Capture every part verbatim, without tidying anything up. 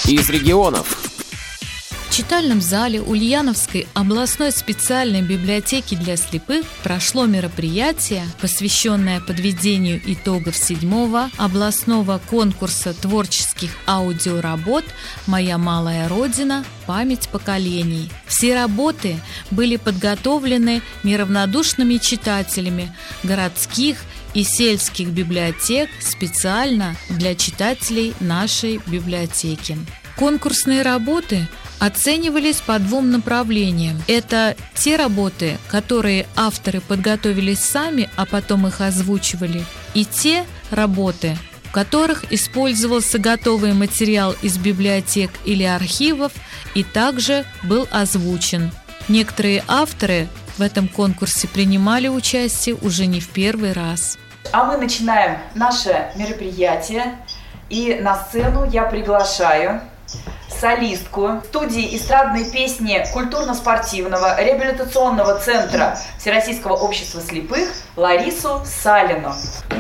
из регионов. В читальном зале Ульяновской областной специальной библиотеки для слепых прошло мероприятие, посвященное подведению итогов седьмого областного конкурса творческих аудиоработ «Моя малая Родина. Память поколений». Все работы были подготовлены неравнодушными читателями городских и сельских библиотек специально для читателей нашей библиотеки. Конкурсные работы оценивались по двум направлениям. Это те работы, которые авторы подготовили сами, а потом их озвучивали, и те работы, в которых использовался готовый материал из библиотек или архивов и также был озвучен. Некоторые авторы в этом конкурсе принимали участие уже не в первый раз. А мы начинаем наше мероприятие, и на сцену я приглашаю солистку студии эстрадной песни культурно-спортивного реабилитационного центра Всероссийского общества слепых Ларису Салину.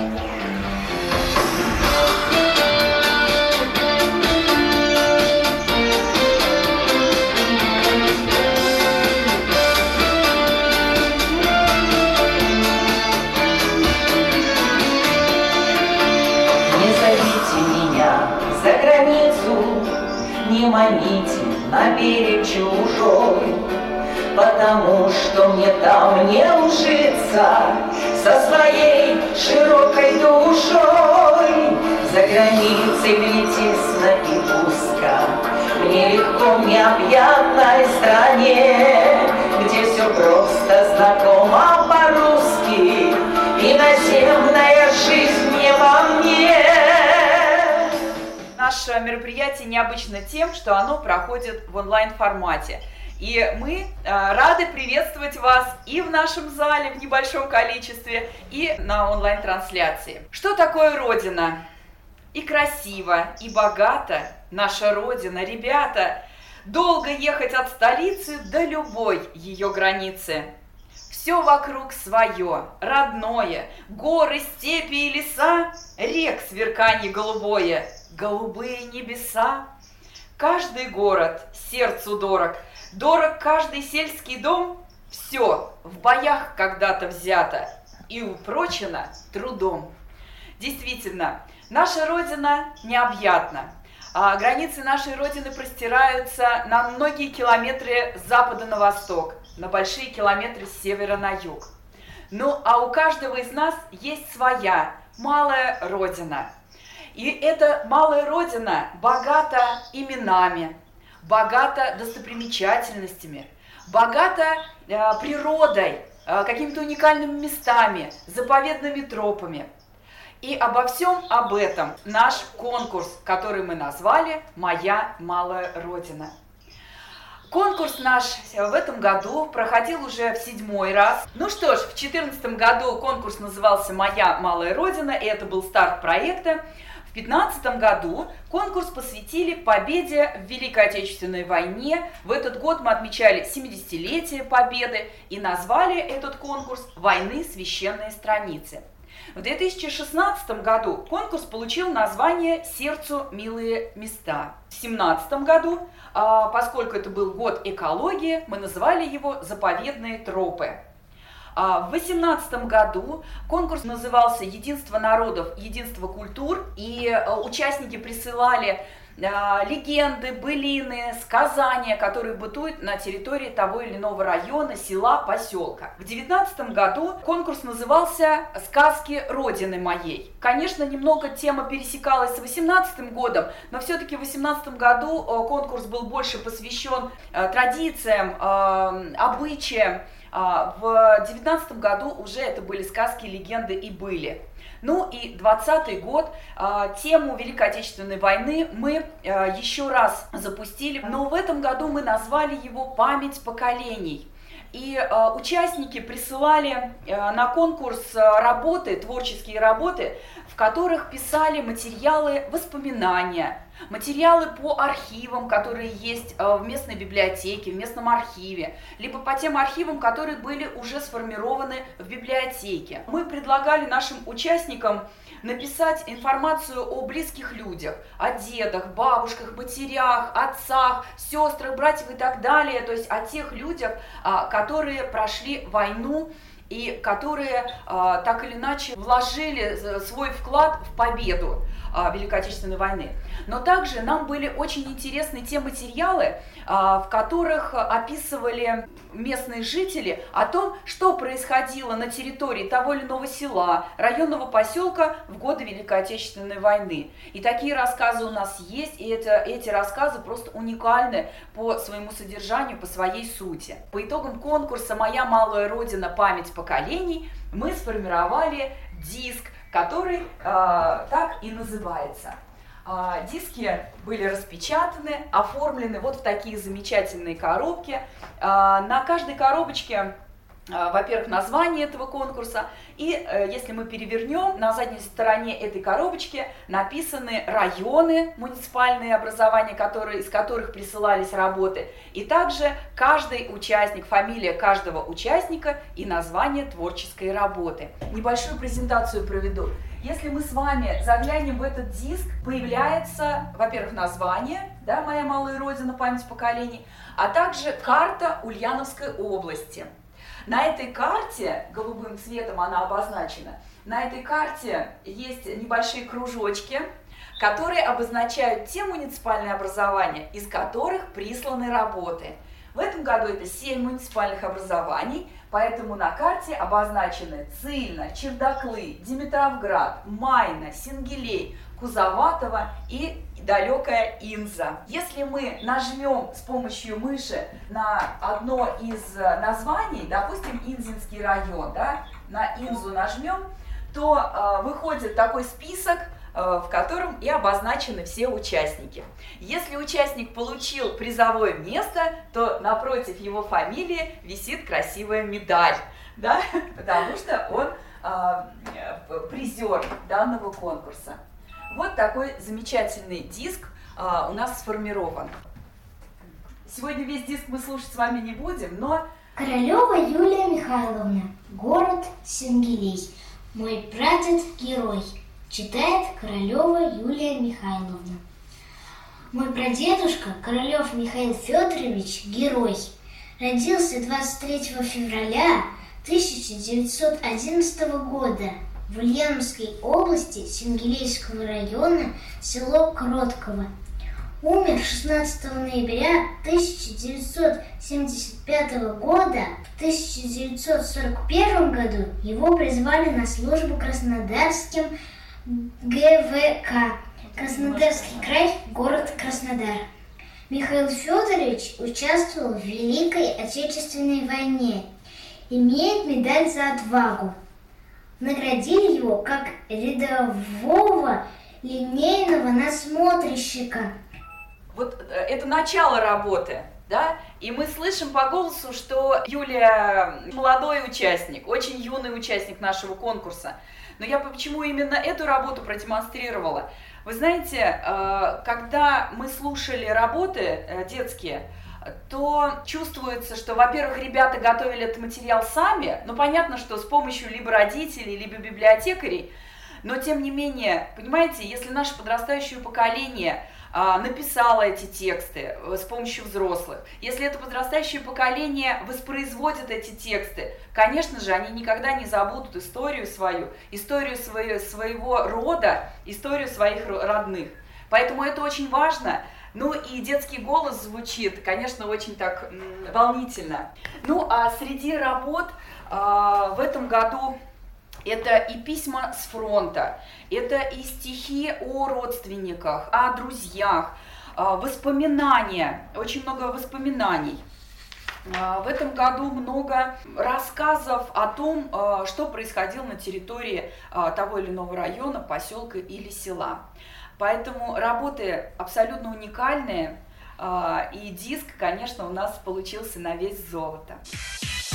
Не зовите меня за границу, не маните на берег чужой, потому что мне там не ужиться со своей широкой душой. За границей мне тесно и узко, мне легко в необъятной стране, где все просто знакомо по-русски, и наземная жизнь не во мне. Наше мероприятие необычно тем, что оно проходит в онлайн-формате. И мы э, рады приветствовать вас и в нашем зале в небольшом количестве, и на онлайн-трансляции. Что такое Родина? И красиво, и богато наша Родина, ребята. Долго ехать от столицы до любой ее границы. Все вокруг свое, родное, горы, степи и леса, рек сверканье голубое, голубые небеса. Каждый город сердцу дорог, дорог каждый сельский дом. Все в боях когда-то взято и упрочено трудом. Действительно, наша Родина необъятна. А границы нашей Родины простираются на многие километры с запада на восток, на большие километры с севера на юг. Ну, а у каждого из нас есть своя малая Родина. И эта малая Родина богата именами, богата достопримечательностями, богата э, природой, э, какими-то уникальными местами, заповедными тропами. И обо всем об этом наш конкурс, который мы назвали «Моя малая Родина». Конкурс наш в этом году проходил уже в седьмой раз. Ну что ж, в две тысячи четырнадцатом году конкурс назывался «Моя малая Родина», и это был старт проекта. В две тысячи пятнадцатом году конкурс посвятили победе в Великой Отечественной войне. В этот год мы отмечали семидесятилетие Победы и назвали этот конкурс «Войны. Священные страницы». В две тысячи шестнадцатом году конкурс получил название «Сердцу милые места». В две тысячи семнадцатом году, поскольку это был год экологии, мы назвали его «Заповедные тропы». В две тысячи восемнадцатом году конкурс назывался «Единство народов, единство культур», и участники присылали легенды, былины, сказания, которые бытуют на территории того или иного района, села, поселка. В две тысячи девятнадцатом году конкурс назывался «Сказки Родины моей». Конечно, немного тема пересекалась с две тысячи восемнадцатым годом, но все-таки в две тысячи восемнадцатом году конкурс был больше посвящен традициям, обычаям. В две тысячи девятнадцатом году уже это были сказки, легенды и были. Ну и двадцатый год, тему Великой Отечественной войны мы еще раз запустили, но в этом году мы назвали его «Память поколений». И э, участники присылали э, на конкурс работы, творческие работы, в которых писали материалы воспоминания, материалы по архивам, которые есть в местной библиотеке, в местном архиве, либо по тем архивам, которые были уже сформированы в библиотеке. Мы предлагали нашим участникам написать информацию о близких людях, о дедах, бабушках, матерях, отцах, сестрах, братьях и так далее, то есть о тех людях, которые прошли войну и которые так или иначе вложили свой вклад в победу Великой Отечественной войны. Но также нам были очень интересны те материалы, в которых описывали местные жители о том, что происходило на территории того или иного села, районного поселка в годы Великой Отечественной войны. И такие рассказы у нас есть, и это, эти рассказы просто уникальны по своему содержанию, по своей сути. По итогам конкурса «Моя малая Родина. Память поколений» мы сформировали диск, который э, так и называется. Э, диски были распечатаны, оформлены вот в такие замечательные коробки. Э, на каждой коробочке, э, во-первых, название этого конкурса, и э, если мы перевернем, на задней стороне этой коробочки написаны районы, муниципальные образования, которые, из которых присылались работы, и также каждый участник, фамилия каждого участника и название творческой работы. Небольшую презентацию проведу. Если мы с вами заглянем в этот диск, появляется, во-первых, название, да, «Моя малая Родина. Память поколений», а также карта Ульяновской области. На этой карте, голубым цветом она обозначена, на этой карте есть небольшие кружочки, которые обозначают те муниципальные образования, из которых присланы работы. В этом году это семь муниципальных образований, поэтому на карте обозначены Цильно, Чердаклы, Димитровград, Майна, Сенгилей, Кузоватово и далекая Инза. Если мы нажмем с помощью мыши на одно из названий, допустим, Инзинский район, да, на Инзу нажмем, то э, выходит такой список, в котором и обозначены все участники. Если участник получил призовое место, то напротив его фамилии висит красивая медаль, да? Потому что он э, призер данного конкурса. Вот такой замечательный диск э, у нас сформирован. Сегодня весь диск мы слушать с вами не будем, но... Королева Юлия Михайловна, город Сенгилей. Мой прадед герой. Читает Королева Юлия Михайловна. Мой прадедушка Королев Михаил Федорович герой. Родился двадцать третьего февраля тысяча девятьсот одиннадцатого года в Ульяновской области Сенгилейского района, село Кротково. Умер шестнадцатого ноября тысяча девятьсот семьдесят пятого года. В тысяча девятьсот сорок первом году его призвали на службу краснодарским гэ вэ ка, Краснодарский край, город Краснодар. Михаил Федорович участвовал в Великой Отечественной войне, имеет медаль за отвагу. Наградили его как рядового линейного надсмотрщика. Вот это начало работы, да? И мы слышим по голосу, что Юлия молодой участник, очень юный участник нашего конкурса. Но я почему именно эту работу продемонстрировала? Вы знаете, когда мы слушали работы детские, то чувствуется, что, во-первых, ребята готовили этот материал сами, но понятно, что с помощью либо родителей, либо библиотекарей, но тем не менее, понимаете, если наше подрастающее поколение написала эти тексты с помощью взрослых. Если это подрастающее поколение воспроизводит эти тексты, конечно же, они никогда не забудут историю свою, историю своего, своего рода, историю своих родных. Поэтому это очень важно. Ну и детский голос звучит, конечно, очень так волнительно. Ну а среди работ в этом году это и письма с фронта, это и стихи о родственниках, о друзьях, воспоминания, очень много воспоминаний. В этом году много рассказов о том, что происходило на территории того или иного района, поселка или села. Поэтому работы абсолютно уникальные, и диск, конечно, у нас получился на вес золота.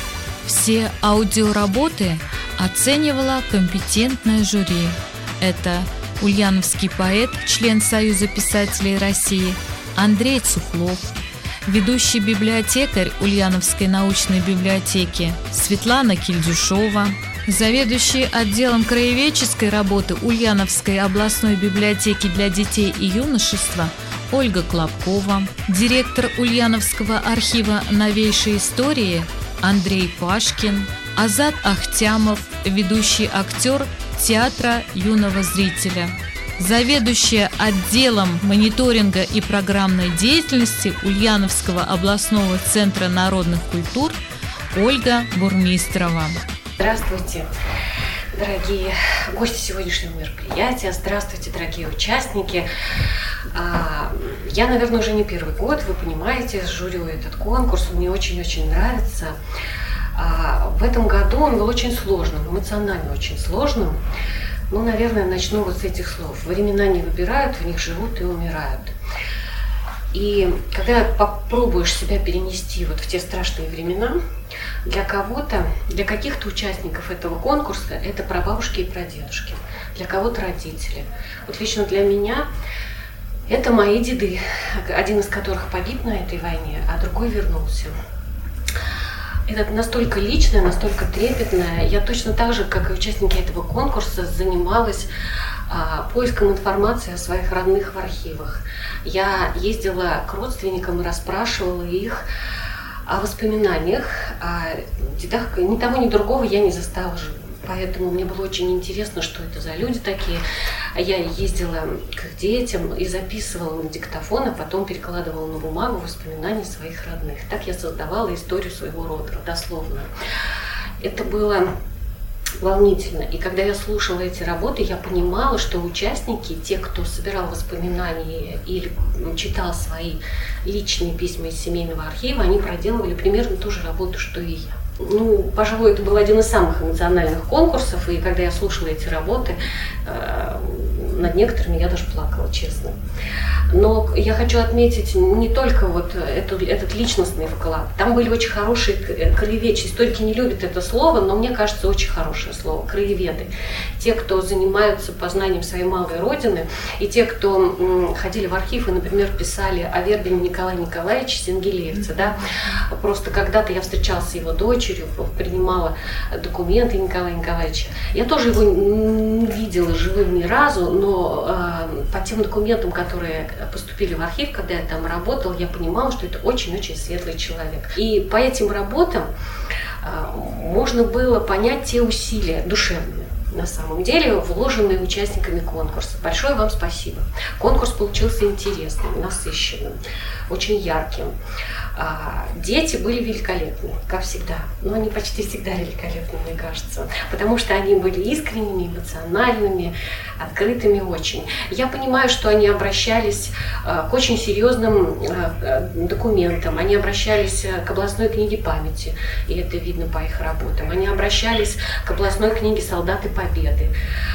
Все аудиоработы оценивала компетентное жюри. Это ульяновский поэт, член Союза писателей России Андрей Цухлов, ведущий библиотекарь Ульяновской научной библиотеки Светлана Кильдюшова, заведующий отделом краеведческой работы Ульяновской областной библиотеки для детей и юношества Ольга Клопкова, директор Ульяновского архива новейшей истории Андрей Пашкин, Азат Ахтямов, ведущий актер театра юного зрителя, заведующая отделом мониторинга и программной деятельности Ульяновского областного центра народных культур Ольга Бурмистрова. Здравствуйте, дорогие гости сегодняшнего мероприятия, здравствуйте, дорогие участники. Я, наверное, уже не первый год, вы понимаете, жюрю этот конкурс, он мне очень-очень нравится. В этом году он был очень сложным, эмоционально очень сложным. Ну, наверное, начну вот с этих слов. Времена не выбирают, в них живут и умирают. И когда попробуешь себя перенести вот в те страшные времена, для кого-то, для каких-то участников этого конкурса это прабабушки и прадедушки, для кого-то родители. Вот лично для меня это мои деды, один из которых погиб на этой войне, а другой вернулся. Это настолько личное, настолько трепетное. Я точно так же, как и участники этого конкурса, занималась а, поиском информации о своих родных в архивах. Я ездила к родственникам и расспрашивала их о воспоминаниях, о дедах. Ни того, ни другого я не застала живым. Поэтому мне было очень интересно, что это за люди такие. Я ездила к детям и записывала на диктофон, а потом перекладывала на бумагу воспоминания своих родных. Так я создавала историю своего рода, дословно. Это было волнительно. И когда я слушала эти работы, я понимала, что участники, те, кто собирал воспоминания или читал свои личные письма из семейного архива, они проделывали примерно ту же работу, что и я. Ну, пожалуй, это был один из самых эмоциональных конкурсов, и когда я слушала эти работы, э, над некоторыми я даже плакала, честно. Но я хочу отметить не только вот эту, этот личностный вклад. Там были очень хорошие краеведчи. Историки не любят это слово, но мне кажется, очень хорошее слово. Краеведы. Те, кто занимаются познанием своей малой родины, и те, кто м, ходили в архив и, например, писали о Вербине Николае Николаевиче Сенгелеевце. Да? Просто когда-то я встречалась с его дочерью, принимала документы Николая Николаевича. Я тоже его не видела живым ни разу, но э, по тем документам, которые поступили в архив, когда я там работала, я понимала, что это очень-очень светлый человек. И по этим работам э, можно было понять те усилия душевные, на самом деле, вложенные участниками конкурса. Большое вам спасибо. Конкурс получился интересным, насыщенным, очень ярким. Дети были великолепны, как всегда. Но они почти всегда великолепны, мне кажется. Потому что они были искренними, эмоциональными, открытыми очень. Я понимаю, что они обращались к очень серьезным документам. Они обращались к областной книге памяти, и это видно по их работам. Они обращались к областной книге «Солдаты Победы».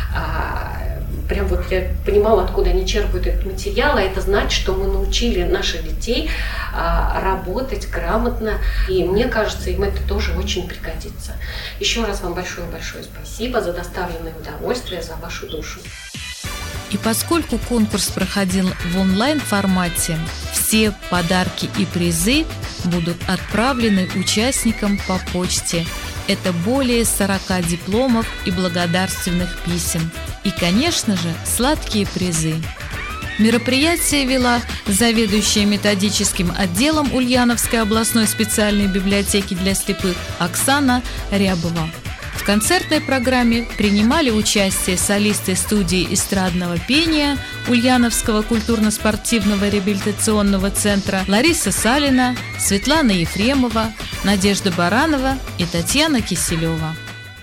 Прям вот я понимала, откуда они черпают этот материал, а это значит, что мы научили наших детей а, работать грамотно, и мне кажется, им это тоже очень пригодится. Еще раз вам большое-большое спасибо за доставленное удовольствие, за вашу душу. И поскольку конкурс проходил в онлайн-формате, все подарки и призы будут отправлены участникам по почте. Это более сорока дипломов и благодарственных писем. И, конечно же, сладкие призы. Мероприятие вела заведующая методическим отделом Ульяновской областной специальной библиотеки для слепых Оксана Рябова. В концертной программе принимали участие солисты студии эстрадного пения Ульяновского культурно-спортивного реабилитационного центра Лариса Салина, Светлана Ефремова, Надежда Баранова и Татьяна Киселева.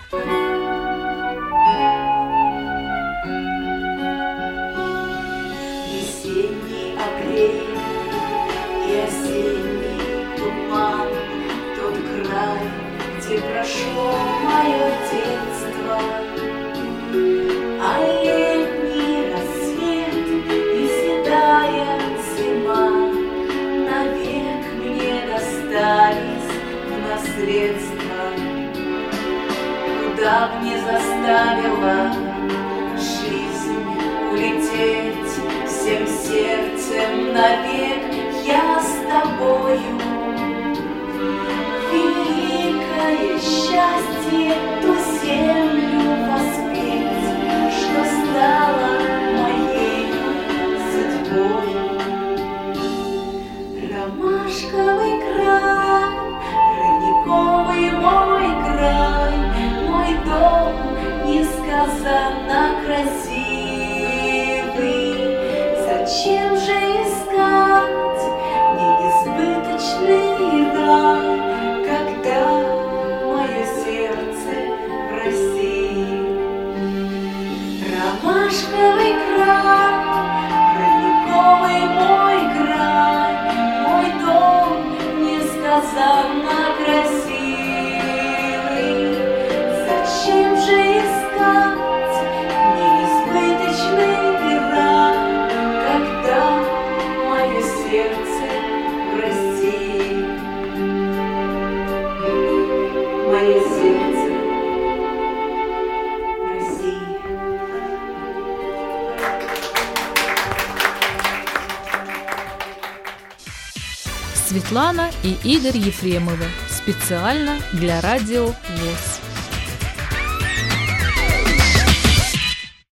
Весенний апрель и осенний туман, тот край, где прошло мое детство, а летний рассвет и седая зима навек мне достались в наследство. заставила жизнь улететь всем сердцем навек. Я с тобою. Великое счастье ту землю воспеть, что стала моей судьбой. Ромашковый край, родниковый мой край, мой дом несказанно красивый. Зачем же искать неизбыточный рай, когда мое сердце в России? Ромашковый край, родниковый мой край, мой дом несказанно красивый. Зачем же искать неизбыточный рай, когда мое сердце в России? Мое сердце в России. Светлана и Игорь Ефремовы. Специально для радио ВОС.